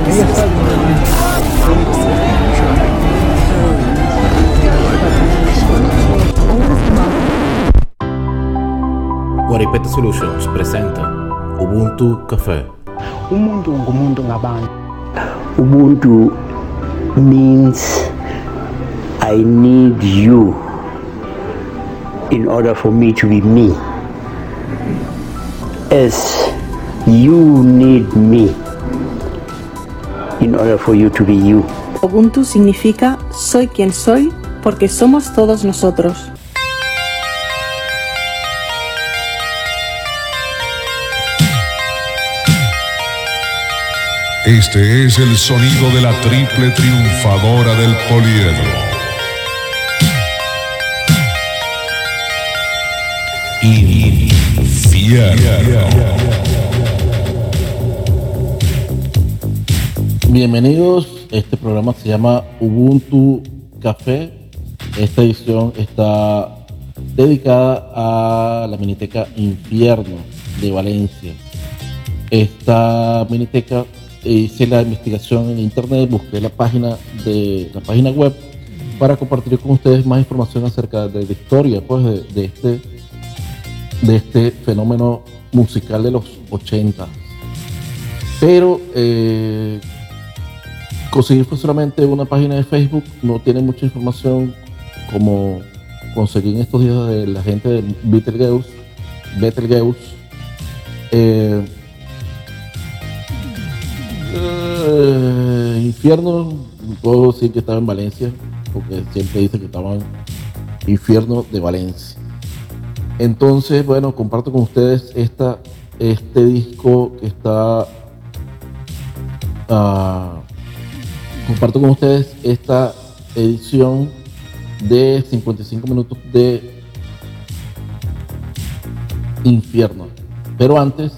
Guaripete Solutions presenta Ubuntu Café. Umuntu ngumuntu ngabantu. Ubuntu means I need you in order for me to be me, as you need me in order for you to be you. Ubuntu significa soy quien soy porque somos todos nosotros. Este es el sonido de la triple triunfadora del poliedro. Infierno. Bienvenidos, este programa se llama Ubuntu Café. Esta edición está dedicada a la Miniteca Infierno de Valencia. Esta Miniteca, hice la investigación en internet, busqué la página web para compartir con ustedes más información acerca de la historia, pues, de este fenómeno musical de los 80. Pero conseguir fue solamente una página de Facebook, no tiene mucha información como conseguí en estos días de la gente de Betelgeuse. Infierno, puedo decir que estaba en Valencia, porque siempre dice que estaba en Infierno de Valencia. Entonces, bueno, comparto con ustedes este disco que está... comparto con ustedes esta edición de 55 minutos de Infierno. Pero antes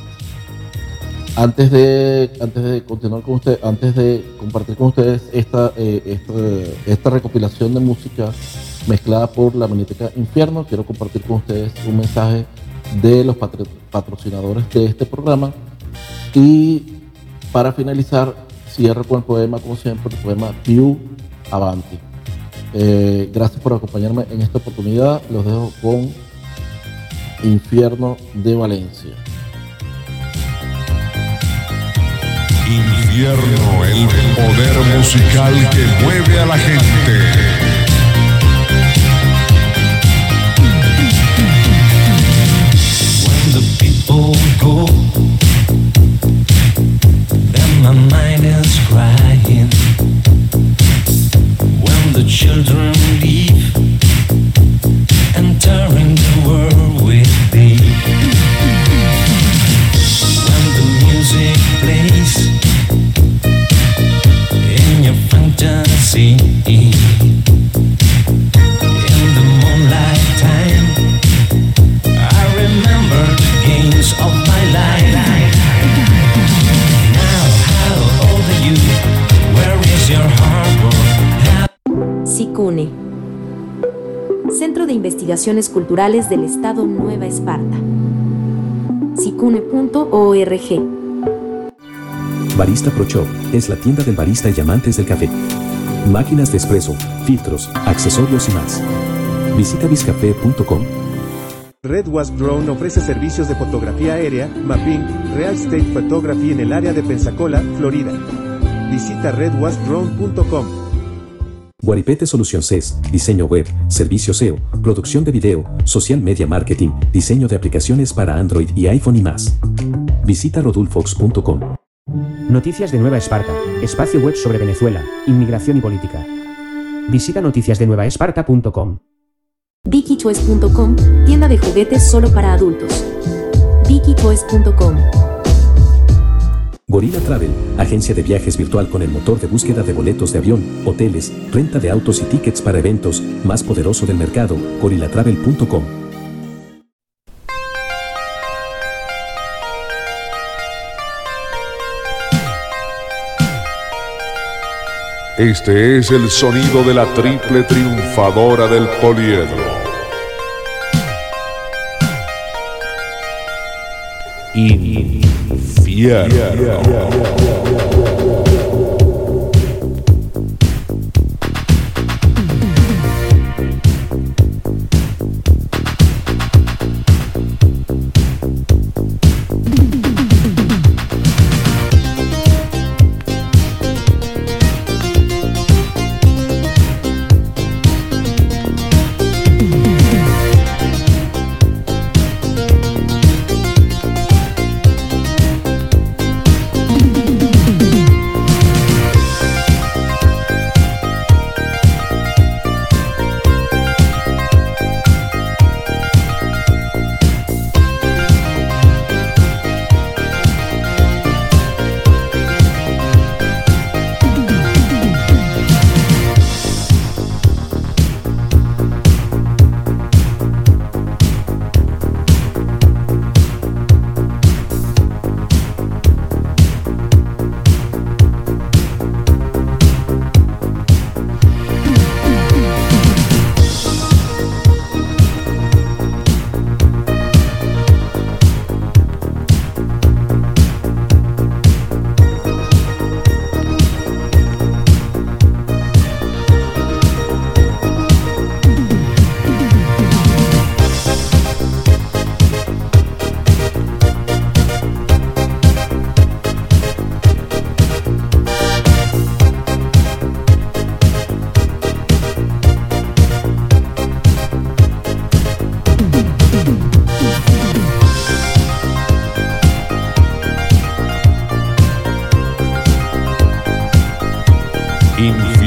de continuar con ustedes, antes de compartir con ustedes esta recopilación de música mezclada por la Miniteca Infierno, quiero compartir con ustedes un mensaje de los patrocinadores de este programa. Y para finalizar, cierro con el poema, como siempre, el poema Più Avanti. Gracias por acompañarme en esta oportunidad. Los dejo con Infierno de Valencia. Infierno, el poder musical que mueve a la gente. When the people go, then my mind is crying. When the children leave, entering the world with me. When the music plays in your fantasy, in the moonlight time, I remember the games of my life. Now, how old are you? Where is your harbor? SICUNE, Centro de Investigaciones Culturales del Estado Nueva Esparta. SICUNE.org. Barista Pro Shop es la tienda del barista y amantes del café. Máquinas de espresso, filtros, accesorios y más. Visita bizcafé.com. Red Wasp Drone ofrece servicios de fotografía aérea, mapping, real estate photography en el área de Pensacola, Florida. Visita redwaspdrone.com. Guaripete Solutions, diseño web, servicio SEO, producción de video, social media marketing, diseño de aplicaciones para Android y iPhone y más. Visita rodulfox.com. Noticias de Nueva Esparta, espacio web sobre Venezuela, inmigración y política. Visita noticiasdenuevaesparta.com. VickyChoice.com, tienda de juguetes solo para adultos. VickyChoice.com. Gorilla Travel, agencia de viajes virtual con el motor de búsqueda de boletos de avión, hoteles, renta de autos y tickets para eventos, más poderoso del mercado, gorillatravel.com. Este es el sonido de la triple triunfadora del poliedro. Infierno.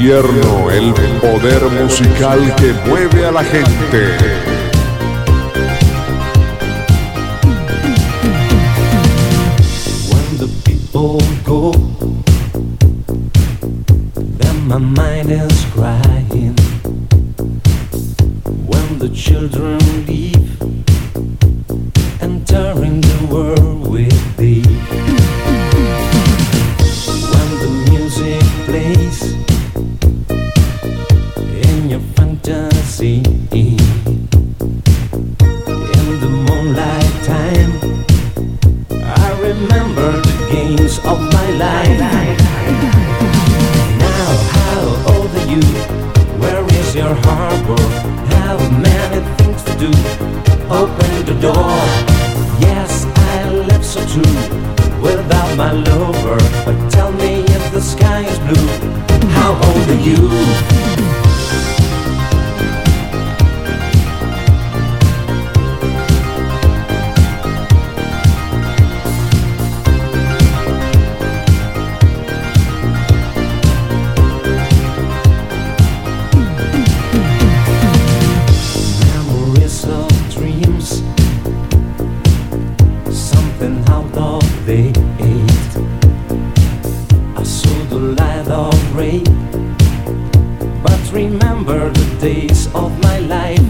infierno, el poder musical que mueve a la gente. When the people go, then my mind is crying. When the children leave, entering the world with thee. When the music plays in your fantasy, in the moonlight time, I remember the games of my life. Now, how old are you? Where is your harbor? How many things to do? Open the door. Yes, I live so true without my lover. But tell me if the sky is blue, how old are you? Memories of dreams, something out of date. I saw the light of rain, but remember the days of my life.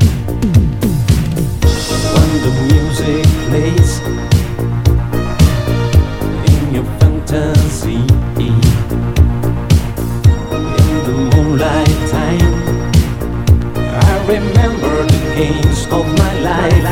When the music plays in your fantasy, in the moonlight time, I remember the games of my life.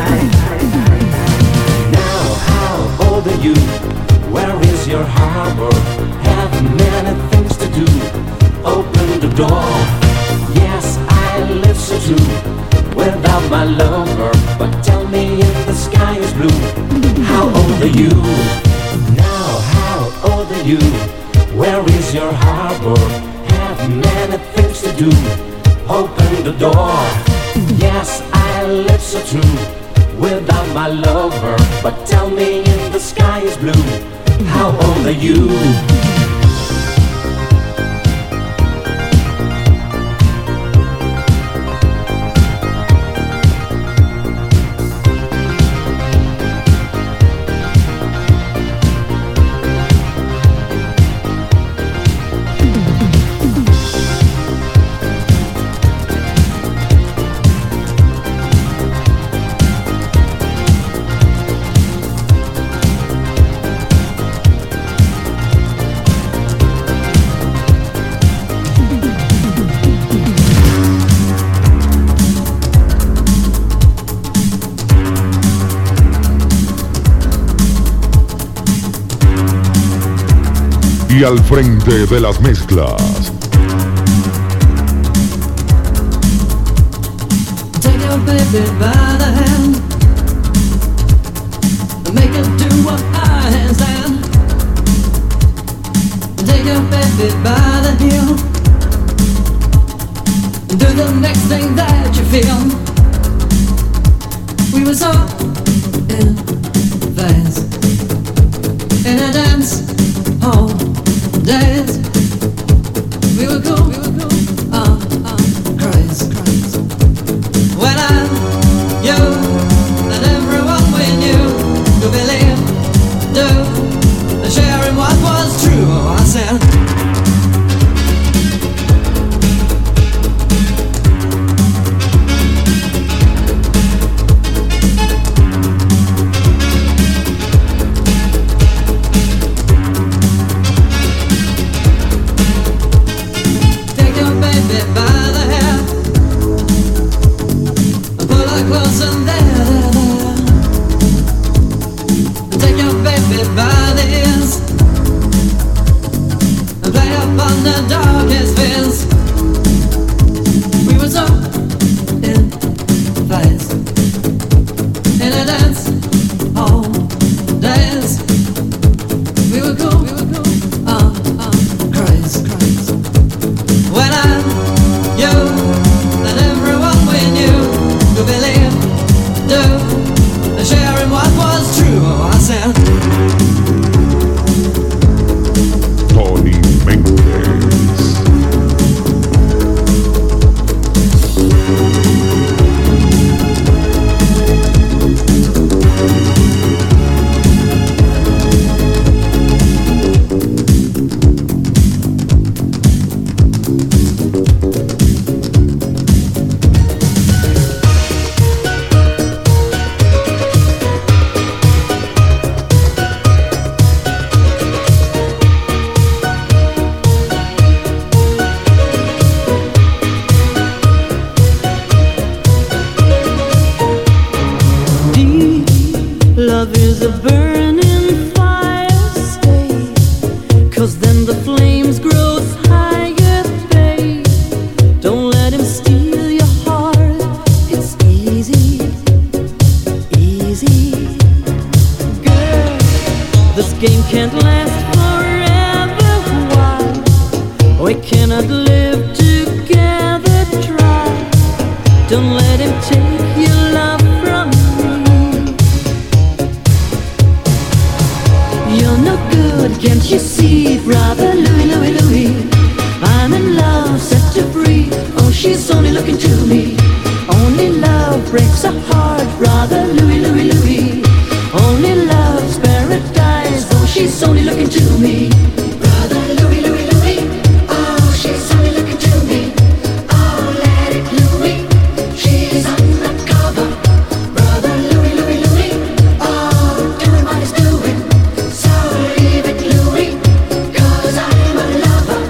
Now, how old are you? Where is your harbor? Have many things to do. Open the door. Yes, I live so true without my lover. But tell me if the sky is blue, how old are you? Now, how old are you? Where is your harbor? Have many things to do. Open the door. Yes, I live so true without my lover. But tell me if the sky is blue, how old are you? Y al frente de las mezclas, Take your baby by the hand and make her do what I handstand. Take your baby by the heel and do the next thing that you feel. We were so in phase in a dance hall days. We were cool, crazy. When I, you, and everyone we knew to believe, do, and sharing what was true. I said, take your baby by the hair and pull her close and there. Take your baby by the ears and play upon the darkest fears. We were so in phase in a dance hall days. We were cool, crazy. When I, you, and everyone we knew to believe, do, and sharing what was true. I said, Tony Méndez. Love is a burning fire, stay, 'cause then the flames grow higher, babe. Don't let him steal your heart, it's easy, easy. Girl, this game can't last forever, why? We cannot live together, try. Don't let him take your love from me. You're no good, can't you see, brother Louie, Louie, Louie? I'm in love, set her free. Oh, she's only looking to me. Only love breaks a heart, brother Louie, Louie, Louie. Only love's paradise. Oh, she's only looking to me. Brother Louie, Louie, Louie. Oh, she's only looking to me. Oh, let it Louie. She's undercover. Brother Louie, Louie, Louie. Oh, doing what he's doing. So leave it Louie, 'cause I'm a lover.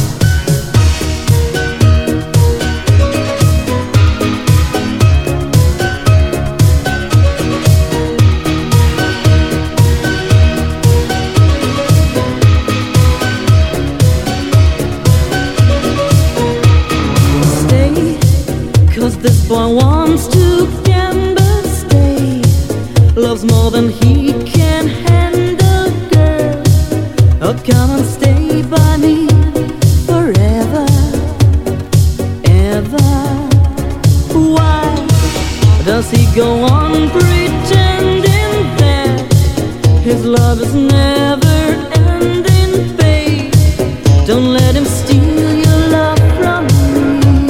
Stay, 'cause this boy wants to gamble, stay. Loves more than he can handle, girl. Oh, come and stay by me forever, ever. Why does he go on pretending that his love is never ending, babe? Don't let him steal your love from me.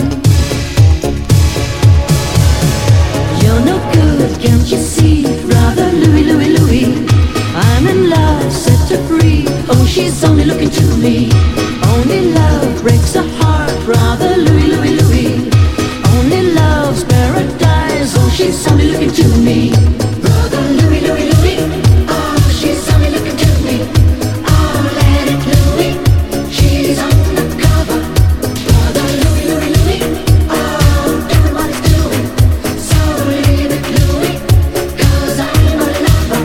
You're no good, can't you see, brother Louie, Louie, Louie? I'm in love, set her free. Oh, she's only looking to me. Only love breaks a heart, brother Louie, Louie, Louie. Only love's paradise. Oh, she's only looking to me. Brother Louie, Louie, Louie. Oh, she's only looking to me. Oh, let it Louie. She's undercover. Brother Louie, Louie, Louie. Oh, doing what he's doing. So leave it Louie, 'cause I'm a lover.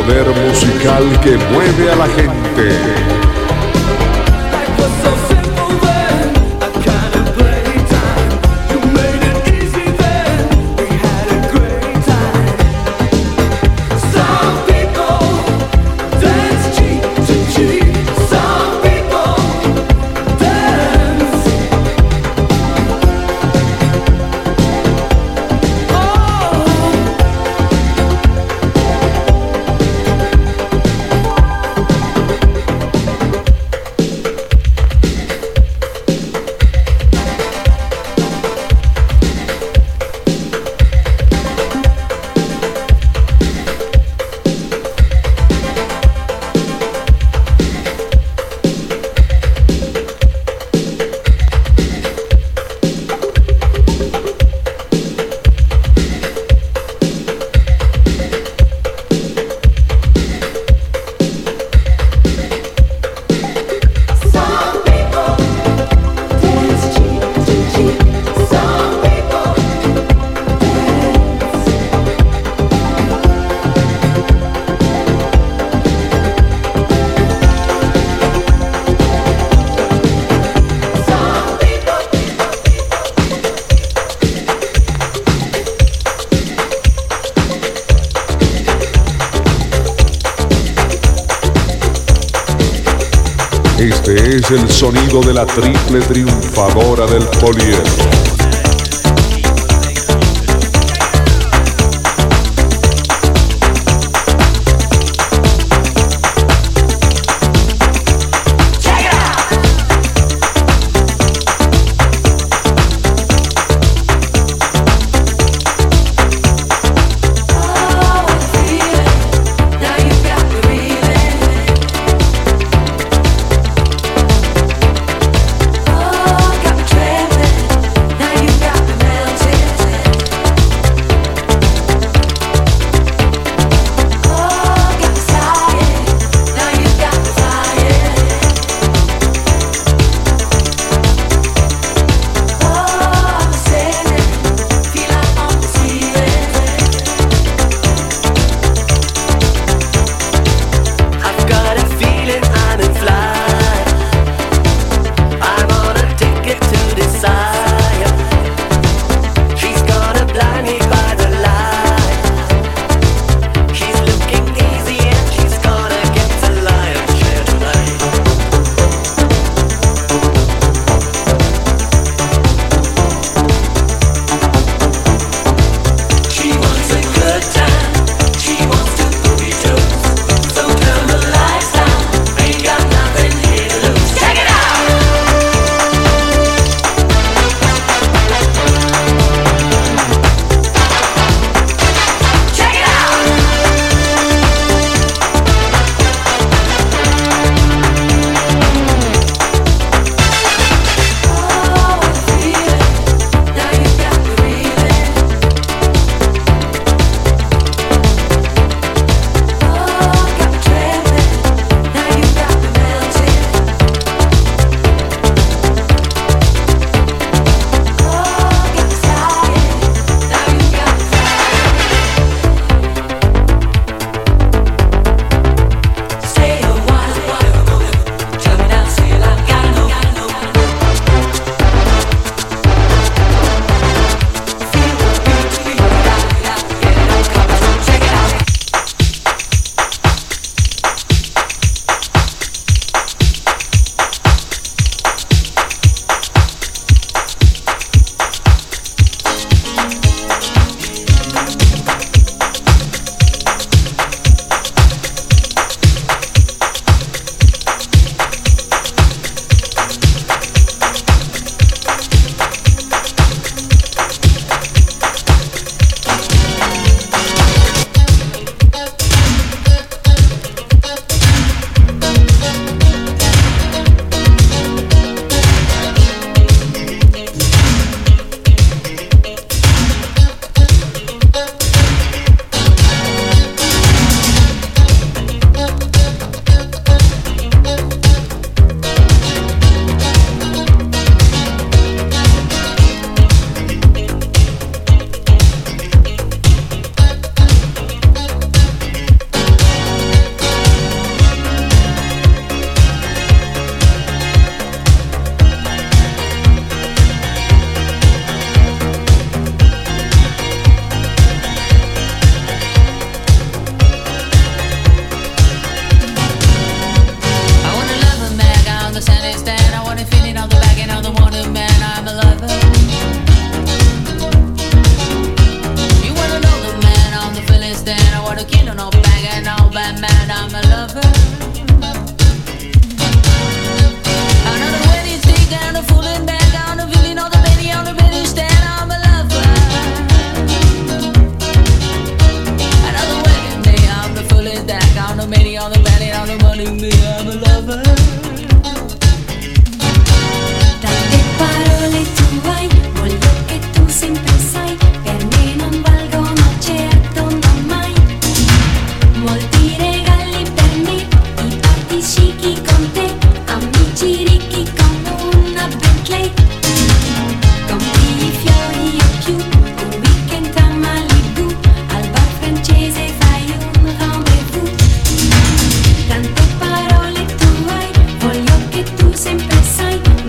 poder musical que mueve a la gente. Este es el sonido de la triple triunfadora del poliedro. Now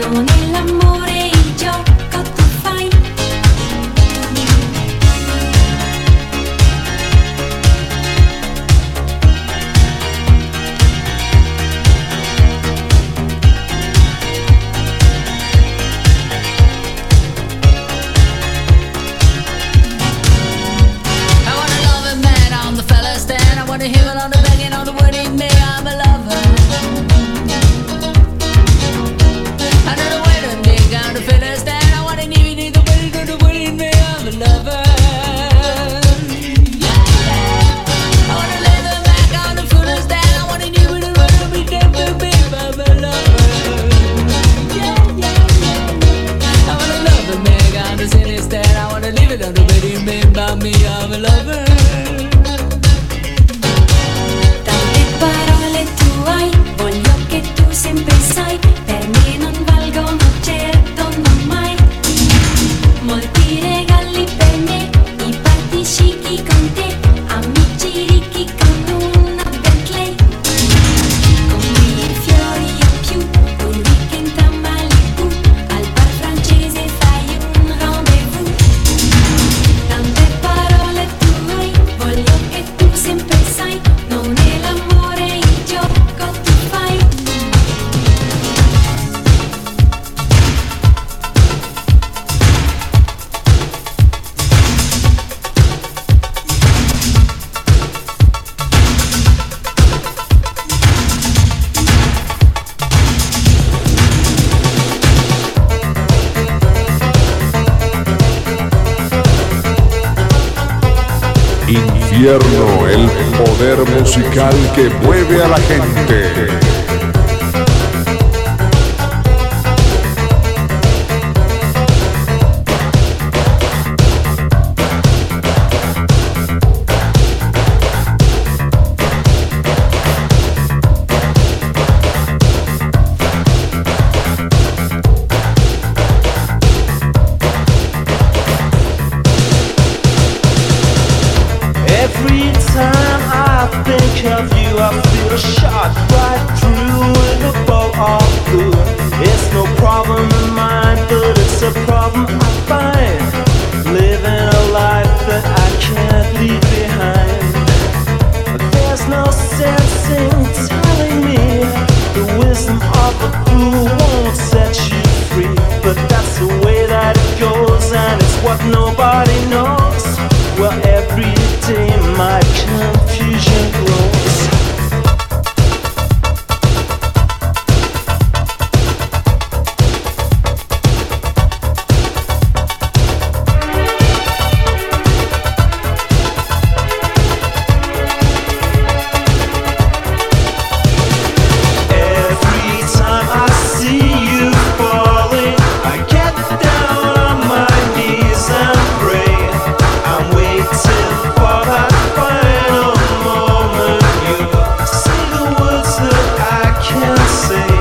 non è l'amore il gioco tu fai. I hear it on the begging on the wedding day, I'm a lover. I know the way to dig down the feathers stand. I wanna need the wedding on the wedding day, I'm a lover. I wanna lay the back on the feathers stand. I wanna need the wedding on the baby, I'm a lover. I wanna love the man on the city stand. I wanna leave it on the wedding day, by me, I'm a lover. Parole tu hai, voglio che tu sempre sai, per me non valgono certo non mai. Molti regali per me, i party scicchi con te, amici ricchi con una Bentley. Con mille fiori e più, un weekend a Malibu, al bar francese fai un rendezvous. Tante parole tu hai, voglio che tu sempre sai, non è l'amore il gioco tu fai. Infierno, el poder musical que mueve a la gente. Every time I think of you, I feel a shot right through in a bolt of blue. It's no problem of mine, but it's a problem I find, living a life that I can't leave behind. There's no sense in telling me the wisdom of a fool won't set you free, but that's the way that it goes, and it's what nobody knows. Well, every day my confusion grows. Every time I see you falling, I get down on my knees and pray. I'm waiting for that final moment. You say the words that I can't say.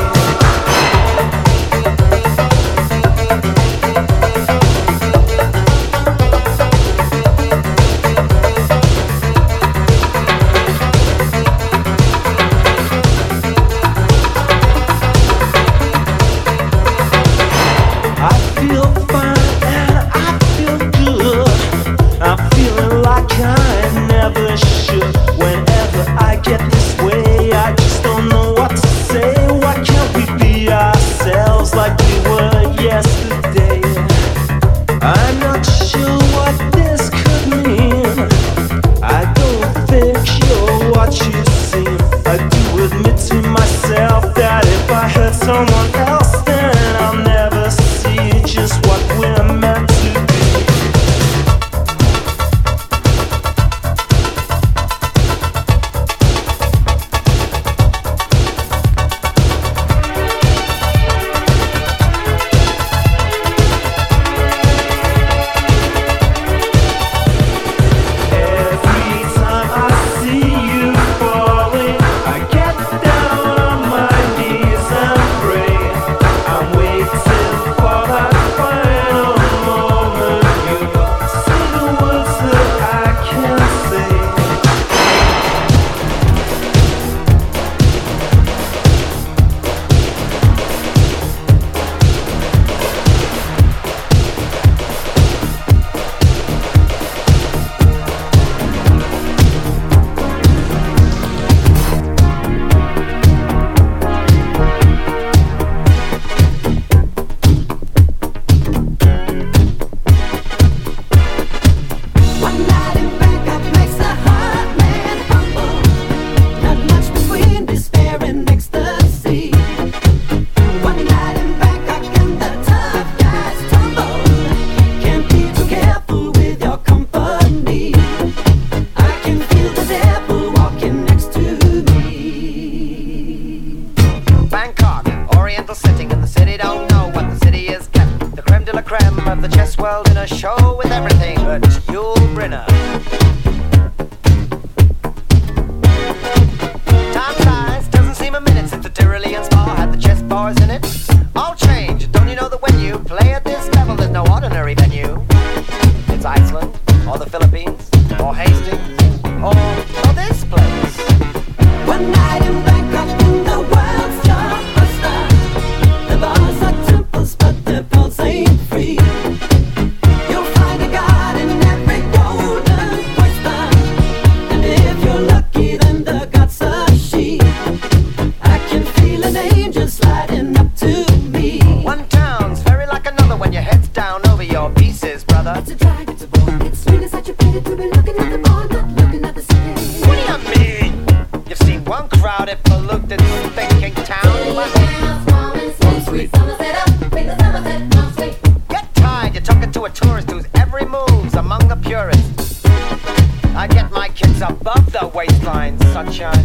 I feel fine and I feel good. I'm feeling like I never should. Whenever I get this way, I just don't know what to say. Why can't we be ourselves like we were yesterday? I'm not sure what this could mean. I don't think you're what you seem. I do admit to myself that if I hurt someone else, then I'll never see just what we're meant to be. Every time I see you falling, I get down on my knees and pray. show with everything but Yul Brynner. Time flies, doesn't seem a minute since the Tyrolean Spa had the chess bars in it. All change, don't you know that when you play at this level, there's no ordinary venue? It's Iceland, or the Philippines, or Hastings, or this place. One night in Bangkok in the world's your oyster. The bars are temples, but the pulse ain't free. You'll find a god in every golden oyster, and if you're lucky, then the god's a she. I can feel an angel sliding up to me. One town's very like another when your head's down over your pieces, brother. It's a drag, it's a bore, it's sweet as such a pity to be looking at the bar, not looking at the city. What do you mean? You've seen one crowded, polluted, thinking town. Get tired, you're talking to a tourist whose every move's among the purists. I get my kids above the waistline, sunshine.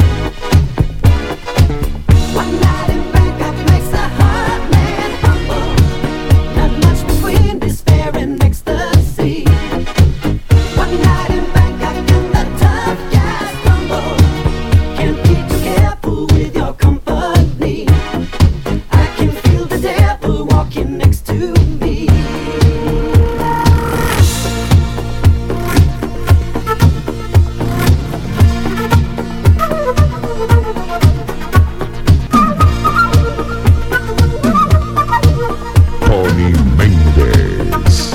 One night in Bangkok makes a heart man humble. Not much between despair and ecstasy. One night in Bangkok and the tough guys crumble. Can't be too careful with your company. I can feel the devil walking next to me. Tony Méndez.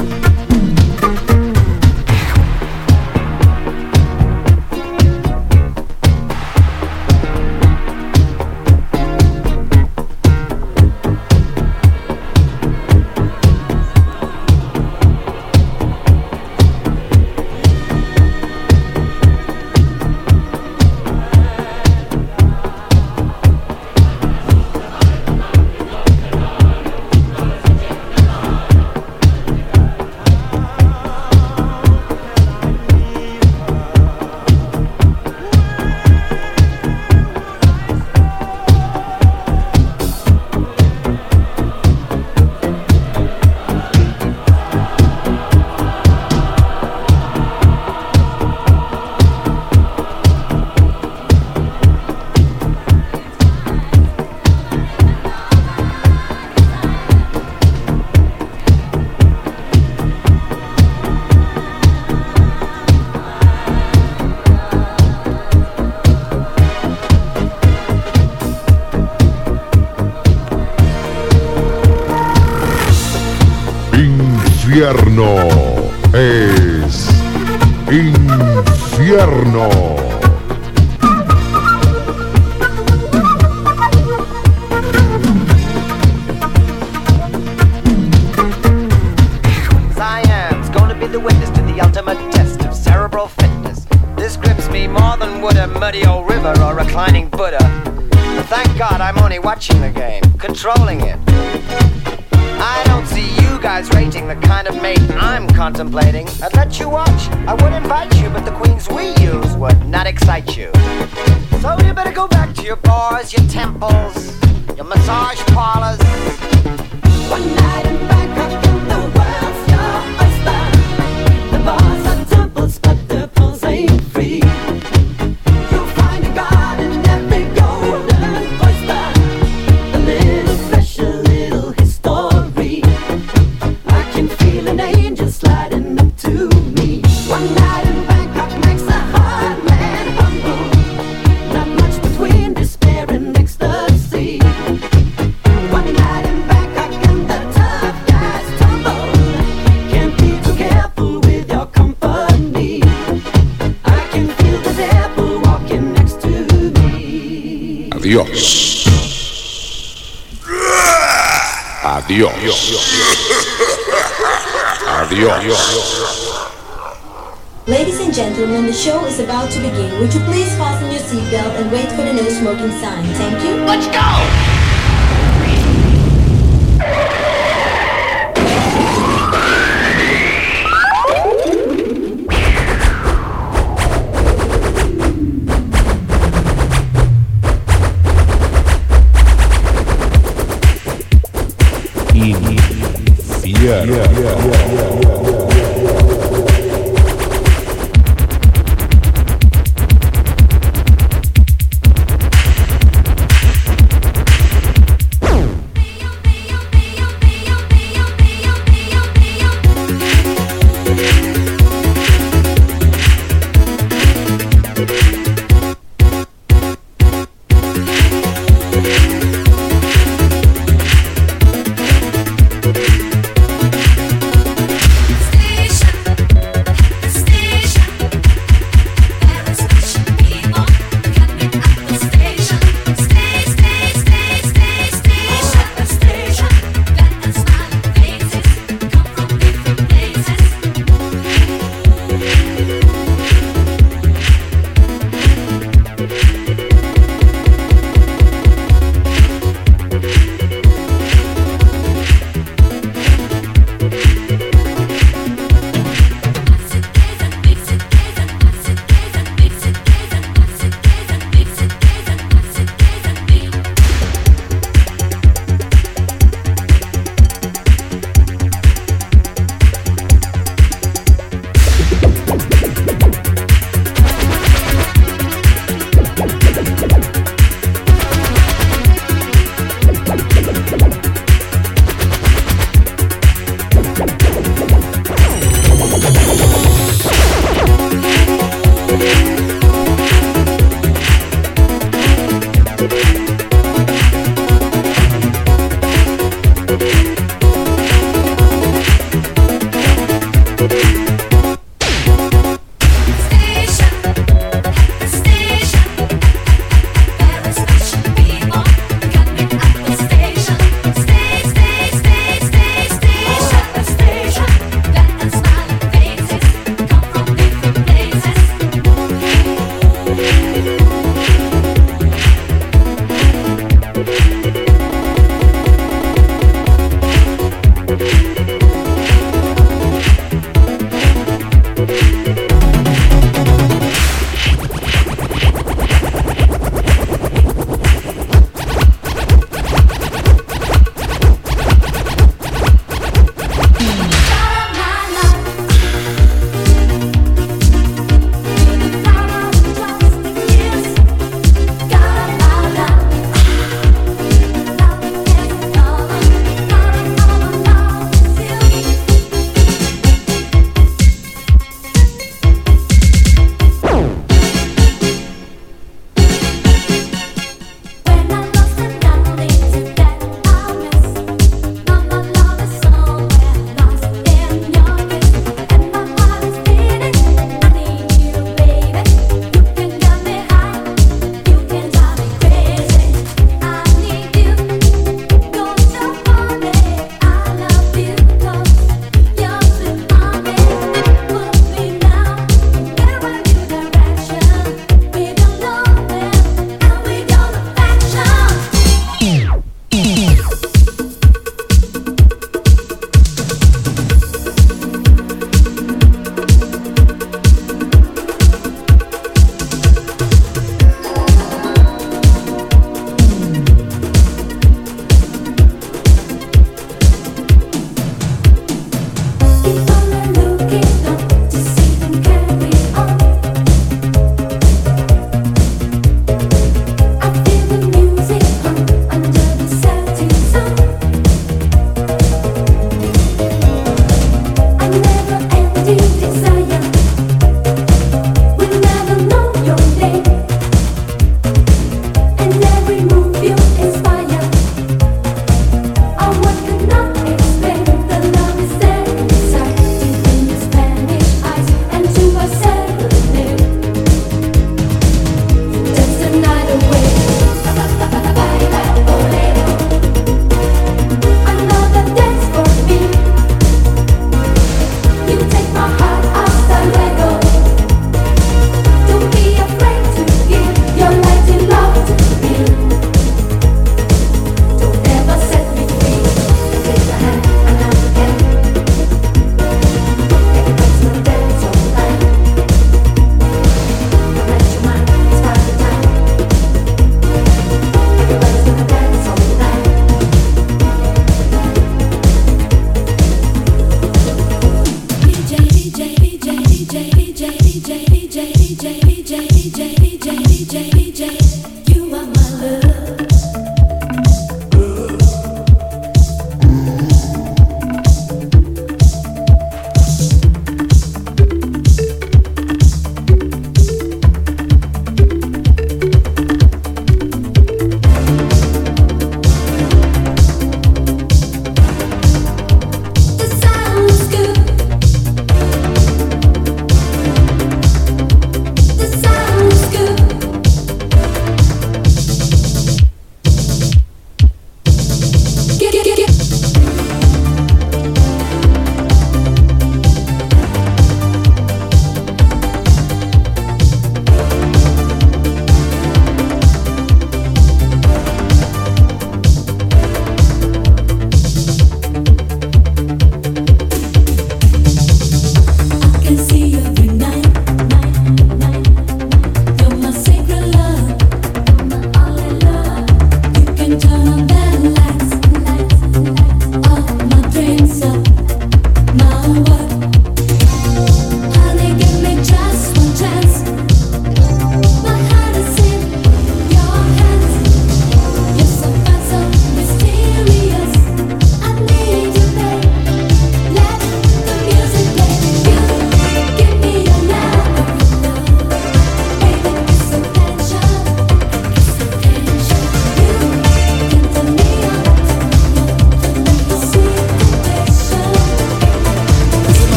Infierno es infierno. Cyan's gonna be the witness to the ultimate test of cerebral fitness. This grips me more than would a muddy old river or reclining Buddha. But thank God I'm only watching the game, controlling it. I don't see you guys rating the kind of mate I'm contemplating. I'd let you watch, I would invite you, but the queens we use would not excite you. So you better go back to your bars, your temples, your massage parlors. One night in Bangkok and the world's your oyster. The bars are temples, but the pulse ain't free. You'll find a god in every golden oyster. A little flesh, a little history. I can feel an angel sliding up to me. One night in Bangkok makes a hard man humble. Not much between despair and ecstasy. One night in Bangkok and the tough guys tumble. Can't be too careful with your company. I can feel the devil walking next to me. Adiós. Adiós. Adiós. Ladies and gentlemen, the show is about to begin. Would you please fasten your seatbelt and wait for the no smoking sign? Thank you. Let's go! Infierno.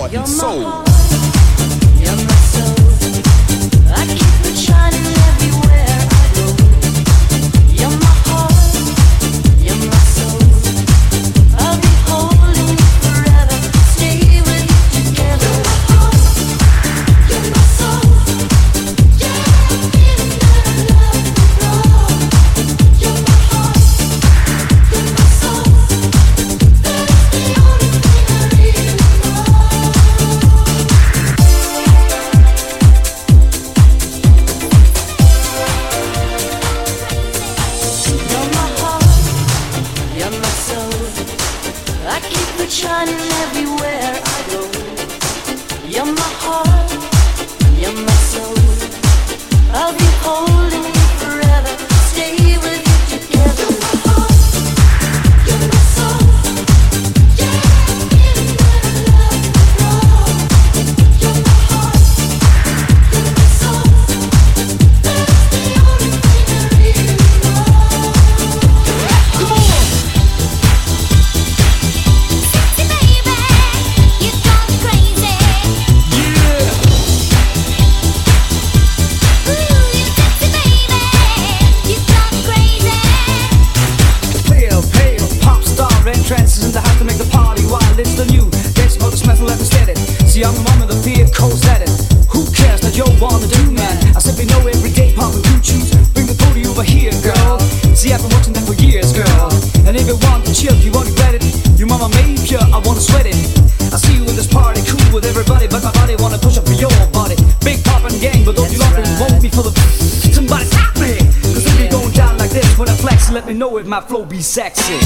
heart and soul. Let me know if my flow be sexy.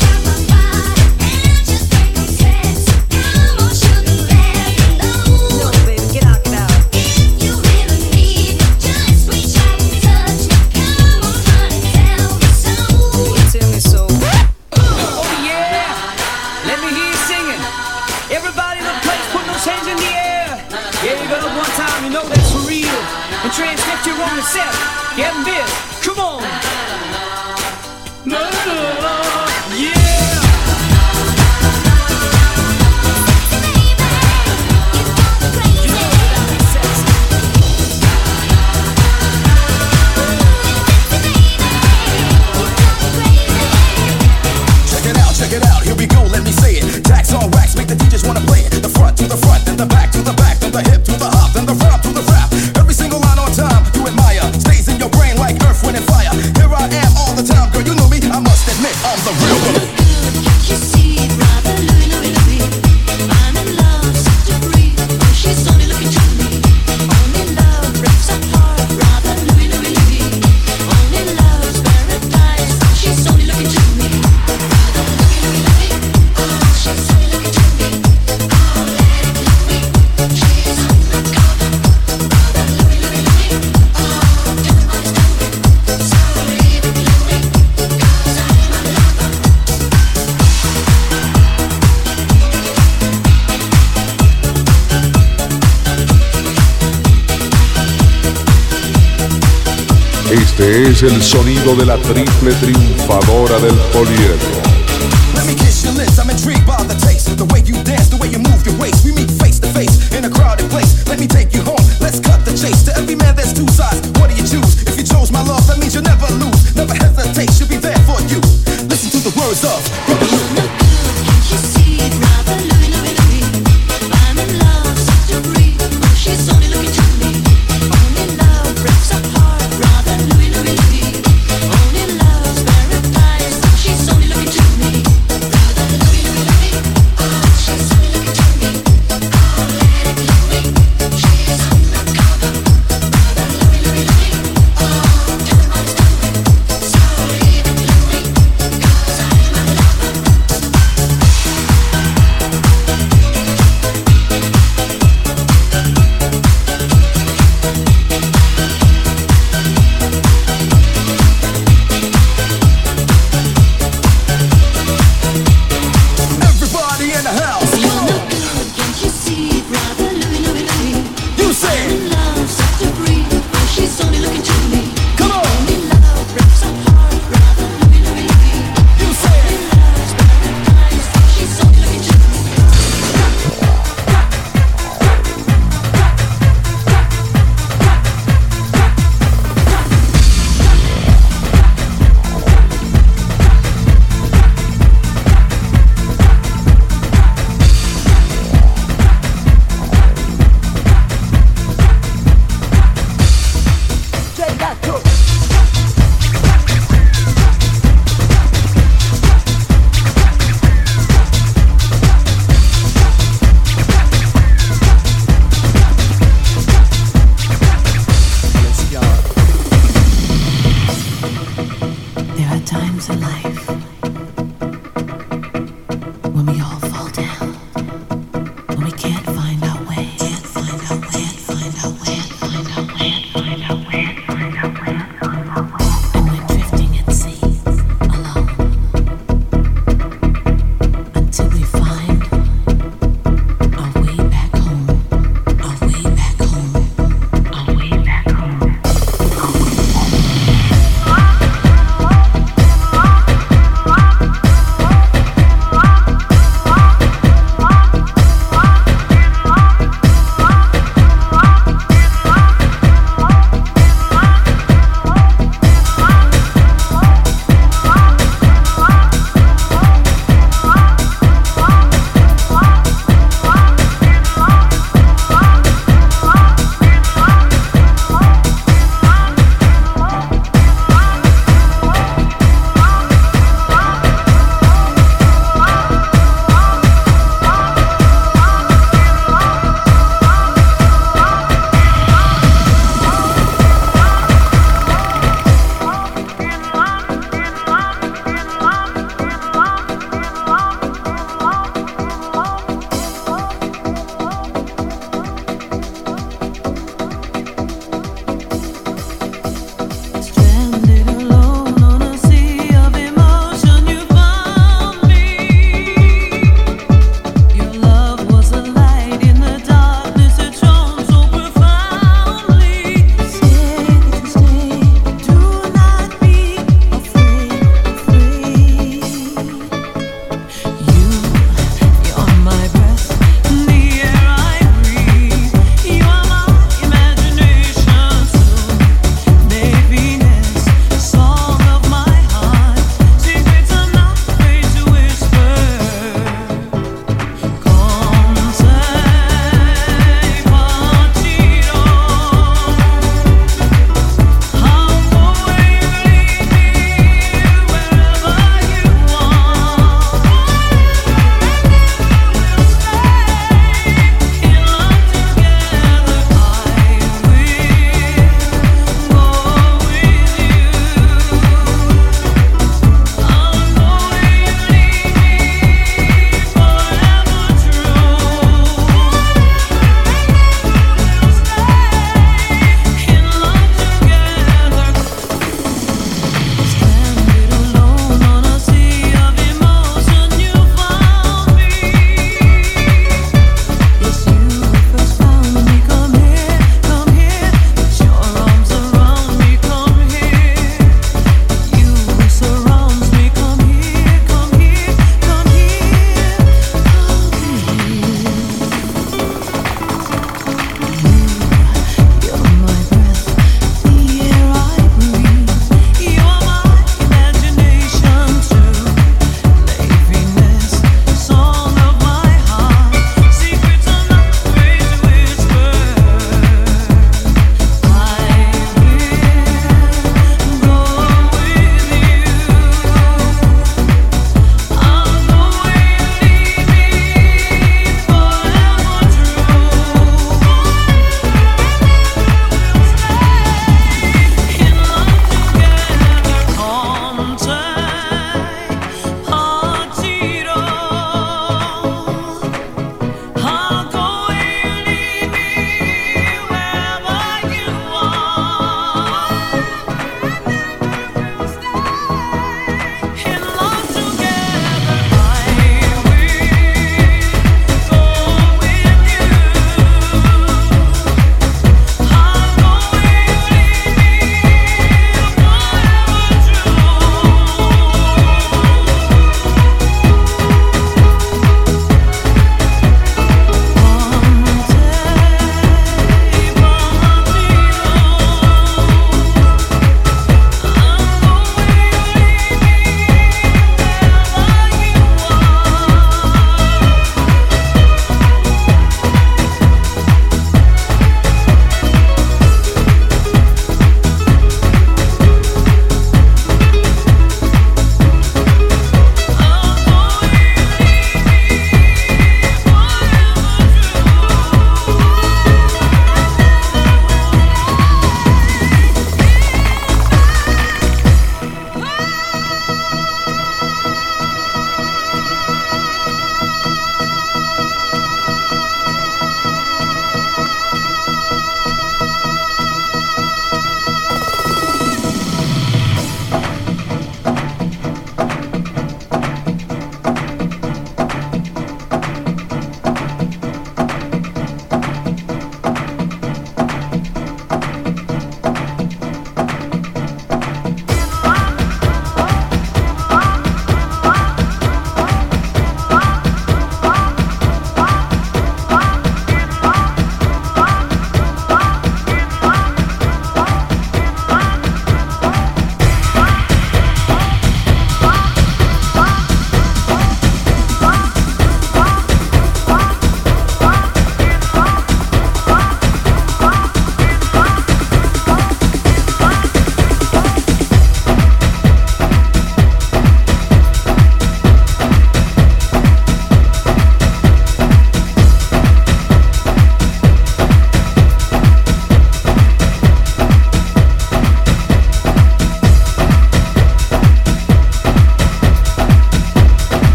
Este es el sonido de la triple triunfadora del poliedro. Let me kiss your lips, I'm intrigued by the taste. The way you dance, the way you move your waist. We meet face to face in a crowded place. Let me take you home, let's cut the chase. To every man there's two sides, what do you choose? If you chose my love, that means you'll never lose. Never hesitate, she'll be there for you. Listen to the words of Brother Louie.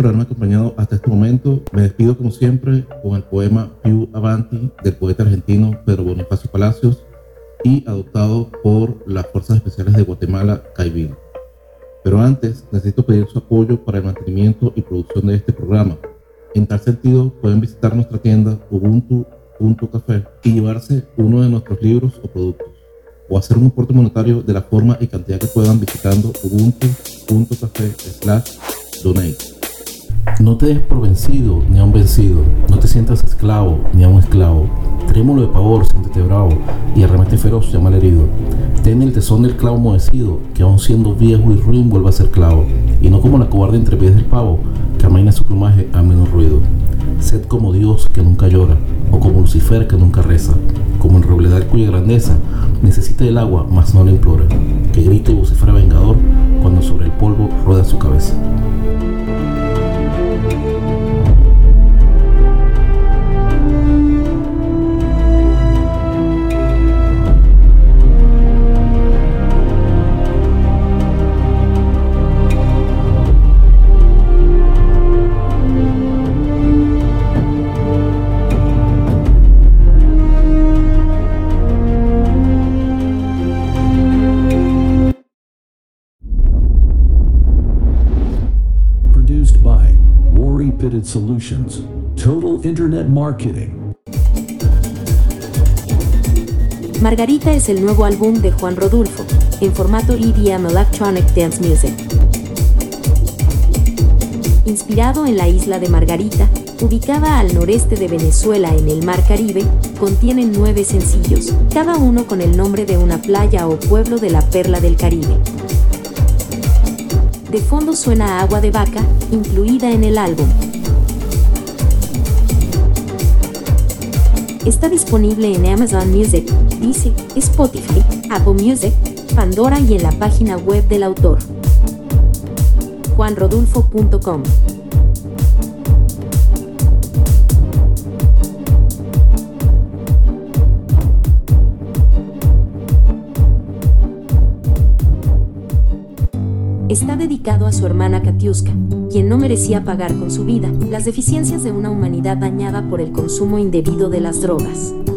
por haberme acompañado hasta este momento. Me despido como siempre con el poema Più Avanti del poeta argentino Pedro Bonifacio Palacios y adoptado por las Fuerzas Especiales de Guatemala, CAIBIL. Pero antes necesito pedir su apoyo para el mantenimiento y producción de este programa. En tal sentido, pueden visitar nuestra tienda ubuntu.café y llevarse uno de nuestros libros o productos, o hacer un aporte monetario de la forma y cantidad que puedan visitando ubuntu.café/donate. No te des por vencido ni a un vencido, no te sientas esclavo ni a un esclavo. Trémulo de pavor, siéntete bravo, y arremete feroz, llama al herido. Ten el tesón del clavo enmohecido, que aun siendo viejo y ruin vuelve a ser clavo, y no como la cobarde entre pies del pavo, que amaina su plumaje a menos ruido. Sed como Dios que nunca llora, o como Lucifer que nunca reza, como el robledal cuya grandeza necesita el agua, mas no la implora, que grita y vocifera vengador cuando sobre el polvo rueda su cabeza. Solutions, Total Internet Marketing. Margarita es el nuevo álbum de Juan Rodulfo, en formato EDM Electronic Dance Music. Inspirado en la isla de Margarita, ubicada al noreste de Venezuela en el Mar Caribe, contiene 9 sencillos, cada uno con el nombre de una playa o pueblo de la perla del Caribe. De fondo suena Agua de Vaca, incluida en el álbum. Está disponible en Amazon Music, Deezer, Spotify, Apple Music, Pandora y en la página web del autor, juanrodulfo.com. Está dedicado a su hermana Katiuska, quien no merecía pagar con su vida las deficiencias de una humanidad dañada por el consumo indebido de las drogas.